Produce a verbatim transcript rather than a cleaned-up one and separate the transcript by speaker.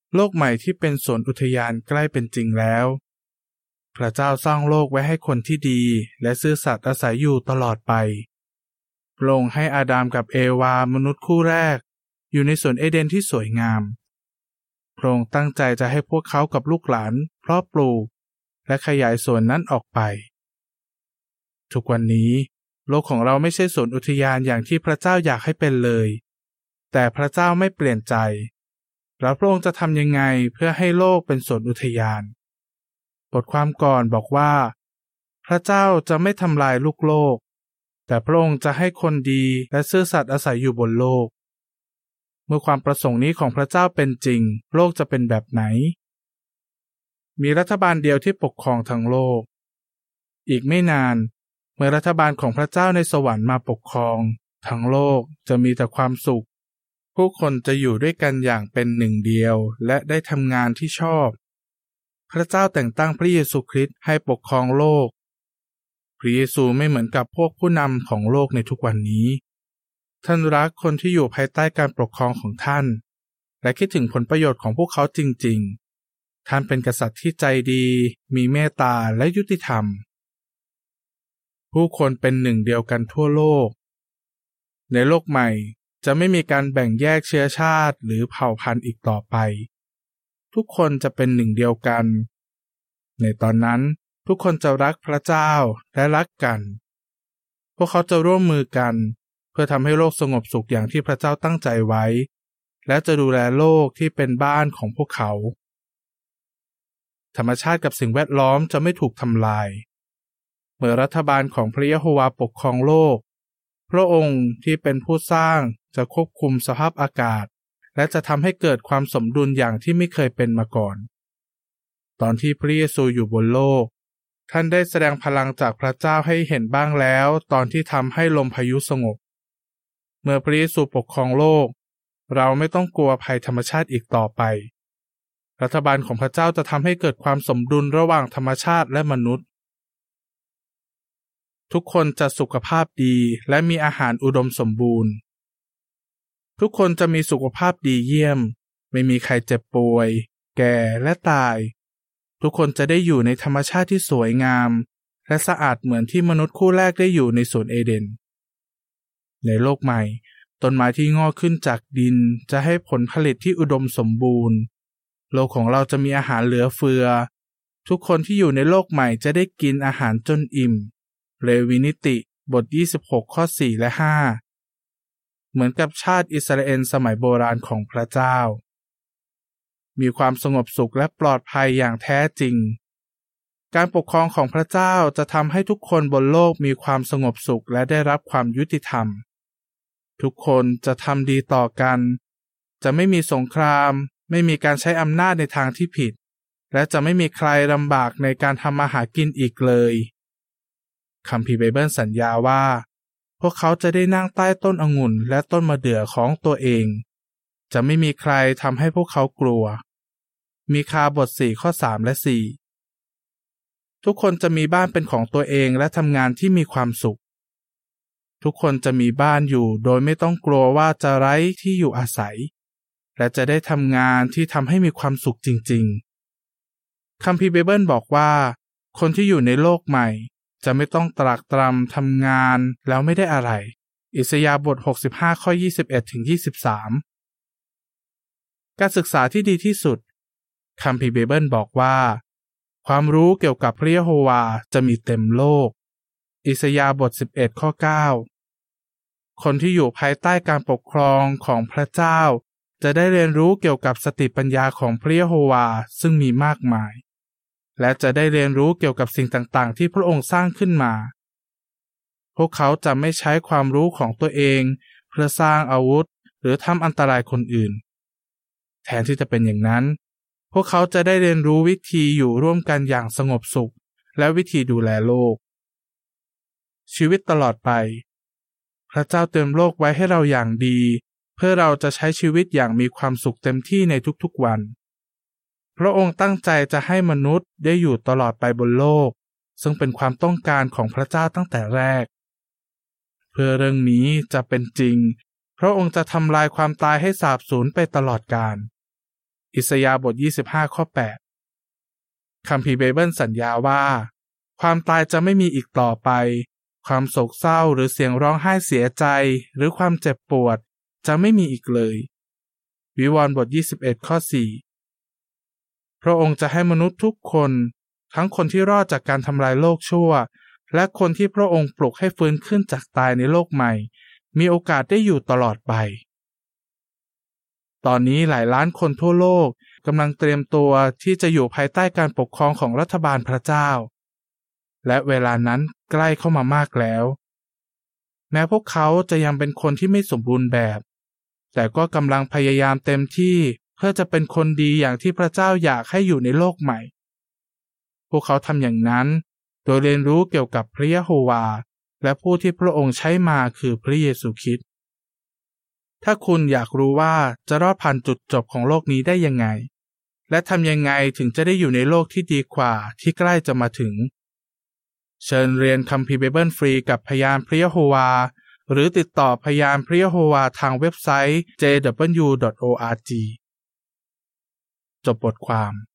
Speaker 1: โลกใหม่ที่เป็นสวนอุทยานใกล้เป็นจริงแล้วพระเจ้าสร้างโลกไว้ให้คนที่ดีและซื่อสัตย์อาศัยอยู่ตลอดไปพระองค์ให้อาดัมกับเอวามนุษย์คู่แรกอยู่ในสวนเอเดนที่สวยงามพระองค์ตั้งใจจะให้พวกเขากับลูกหลานเพาะปลูกและขยายสวนนั้นออกไปทุกวันนี้โลกของเราไม่ใช่สวนอุทยานอย่างที่พระเจ้าอยากให้เป็นเลยแต่พระเจ้าไม่เปลี่ยนใจแล้วพระองค์จะทำยังไงเพื่อให้โลกเป็นสวนอุทยานบทความก่อนบอกว่าพระเจ้าจะไม่ทำลายลูกโลกแต่พระองค์จะให้คนดีและซื่อสัตย์อาศัยอยู่บนโลกเมื่อความประสงค์นี้ของพระเจ้าเป็นจริงโลกจะเป็นแบบไหนมีรัฐบาลเดียวที่ปกครองทั้งโลกอีกไม่นานเมื่อรัฐบาลของพระเจ้าในสวรรค์มาปกครองทั้งโลกจะมีแต่ความสุขผู้คนจะอยู่ด้วยกันอย่างเป็นหนึ่งเดียวและได้ทำงานที่ชอบพระเจ้าแต่งตั้งพระเยซูคริสต์ให้ปกครองโลกพระเยซูไม่เหมือนกับพวกผู้นำของโลกในทุกวันนี้ท่านรักคนที่อยู่ภายใต้การปกครองของท่านและคิดถึงผลประโยชน์ของพวกเขาจริงๆท่านเป็นกษัตริย์ที่ใจดีมีเมตตาและยุติธรรมผู้คนเป็นหนึ่งเดียวกันทั่วโลกในโลกใหม่จะไม่มีการแบ่งแยกเชื้อชาติหรือเผ่าพันธุ์อีกต่อไปทุกคนจะเป็นหนึ่งเดียวกันในตอนนั้นทุกคนจะรักพระเจ้าและรักกันพวกเขาจะร่วมมือกันเพื่อทำให้โลกสงบสุขอย่างที่พระเจ้าตั้งใจไว้และจะดูแลโลกที่เป็นบ้านของพวกเขาธรรมชาติกับสิ่งแวดล้อมจะไม่ถูกทำลายเมื่อรัฐบาลของพระยะโฮวาปกครองโลกพระองค์ที่เป็นผู้สร้างจะควบคุมสภาพอากาศและจะทำให้เกิดความสมดุลอย่างที่ไม่เคยเป็นมาก่อนตอนที่พระเยซูอยู่บนโลกท่านได้แสดงพลังจากพระเจ้าให้เห็นบ้างแล้วตอนที่ทำให้ลมพายุสงบเมื่อพระเยซูปกครองโลกเราไม่ต้องกลัวภัยธรรมชาติอีกต่อไปรัฐบาลของพระเจ้าจะทำให้เกิดความสมดุลระหว่างธรรมชาติและมนุษย์ทุกคนจะสุขภาพดีและมีอาหารอุดมสมบูรณ์ทุกคนจะมีสุขภาพดีเยี่ยมไม่มีใครเจ็บป่วยแก่และตายทุกคนจะได้อยู่ในธรรมชาติที่สวยงามและสะอาดเหมือนที่มนุษย์คู่แรกได้อยู่ในสวนเอเดนในโลกใหม่ต้นไม้ที่งอกขึ้นจากดินจะให้ผลผลิตที่อุดมสมบูรณ์โลกของเราจะมีอาหารเหลือเฟือทุกคนที่อยู่ในโลกใหม่จะได้กินอาหารจนอิ่มเลวีนิติบทยี่สิบหกข้อสี่และห้าเหมือนกับชาติอิสราเอลสมัยโบราณของพระเจ้ามีความสงบสุขและปลอดภัยอย่างแท้จริงการปกครองของพระเจ้าจะทำให้ทุกคนบนโลกมีความสงบสุขและได้รับความยุติธรรมทุกคนจะทำดีต่อกันจะไม่มีสงครามไม่มีการใช้อำนาจในทางที่ผิดและจะไม่มีใครลำบากในการทำมาหากินอีกเลยคัมภีร์ไบเบิลสัญญาว่าพวกเขาจะได้นั่งใต้ต้นองุ่นและต้นมะเดื่อของตัวเองจะไม่มีใครทำให้พวกเขากลัวมีคาบทสี่ข้อสามและสี่ทุกคนจะมีบ้านเป็นของตัวเองและทำงานที่มีความสุขทุกคนจะมีบ้านอยู่โดยไม่ต้องกลัวว่าจะไร้ที่อยู่อาศัยและจะได้ทำงานที่ทำให้มีความสุขจริงๆคัมภีร์ไบเบิลบอกว่าคนที่อยู่ในโลกใหม่จะไม่ต้องตรากตรำทำงานแล้วไม่ได้อะไรอิสยาห์บทหกสิบห้าข้อยี่สิบเอ็ดถึงยี่สิบสามการศึกษาที่ดีที่สุดคัมภีร์ไบเบิลบอกว่าความรู้เกี่ยวกับพระยะโฮวาจะมีเต็มโลกอิสยาห์บทสิบเอ็ดข้อเก้าคนที่อยู่ภายใต้การปกครองของพระเจ้าจะได้เรียนรู้เกี่ยวกับสติปัญญาของพระยะโฮวาซึ่งมีมากมายและจะได้เรียนรู้เกี่ยวกับสิ่งต่างๆที่พระองค์สร้างขึ้นมาพวกเขาจะไม่ใช้ความรู้ของตัวเองเพื่อสร้างอาวุธหรือทำอันตรายคนอื่นแทนที่จะเป็นอย่างนั้นพวกเขาจะได้เรียนรู้วิธีอยู่ร่วมกันอย่างสงบสุขและวิธีดูแลโลกชีวิตตลอดไปพระเจ้าเตรียมโลกไว้ให้เราอย่างดีเพื่อเราจะใช้ชีวิตอย่างมีความสุขเต็มที่ในทุกๆวันพระองค์ตั้งใจจะให้มนุษย์ได้อยู่ตลอดไปบนโลกซึ่งเป็นความต้องการของพระเจ้าตั้งแต่แรกเพื่อเรื่องนี้จะเป็นจริงพระองค์จะทำลายความตายให้สาบสูญไปตลอดกาลอิสยาห์บทยี่สิบห้าข้อแปดคัมภีร์ไบเบิลสัญญาว่าความตายจะไม่มีอีกต่อไปความโศกเศร้าหรือเสียงร้องไห้เสียใจหรือความเจ็บปวดจะไม่มีอีกเลยวิวรณ์บทยี่สิบเอ็ดข้อสี่พระองค์จะให้มนุษย์ทุกคนทั้งคนที่รอดจากการทำลายโลกชั่วและคนที่พระองค์ปลุกให้ฟื้นขึ้นจากตายในโลกใหม่มีโอกาสได้อยู่ตลอดไปตอนนี้หลายล้านคนทั่วโลกกำลังเตรียมตัวที่จะอยู่ภายใต้การปกครองของรัฐบาลพระเจ้าและเวลานั้นใกล้เข้ามามากแล้วแม้พวกเขาจะยังเป็นคนที่ไม่สมบูรณ์แบบแต่ก็กำลังพยายามเต็มที่เพื่อจะเป็นคนดีอย่างที่พระเจ้าอยากให้อยู่ในโลกใหม่พวกเขาทำอย่างนั้นโดยเรียนรู้เกี่ยวกับพระยะโฮวาและผู้ที่พระองค์ใช้มาคือพระเยซูคริสต์ถ้าคุณอยากรู้ว่าจะรอดผ่านจุดจบของโลกนี้ได้ยังไงและทำยังไงถึงจะได้อยู่ในโลกที่ดีกว่าที่ใกล้จะมาถึงเชิญเรียนคัมภีร์ไบเบิลฟรีกับพยานพระยะโฮวาหรือติดต่อพยานพระยะโฮวาทางเว็บไซต์ เจ ดับเบิลยู ดอท โอ อาร์ จี จบบทความ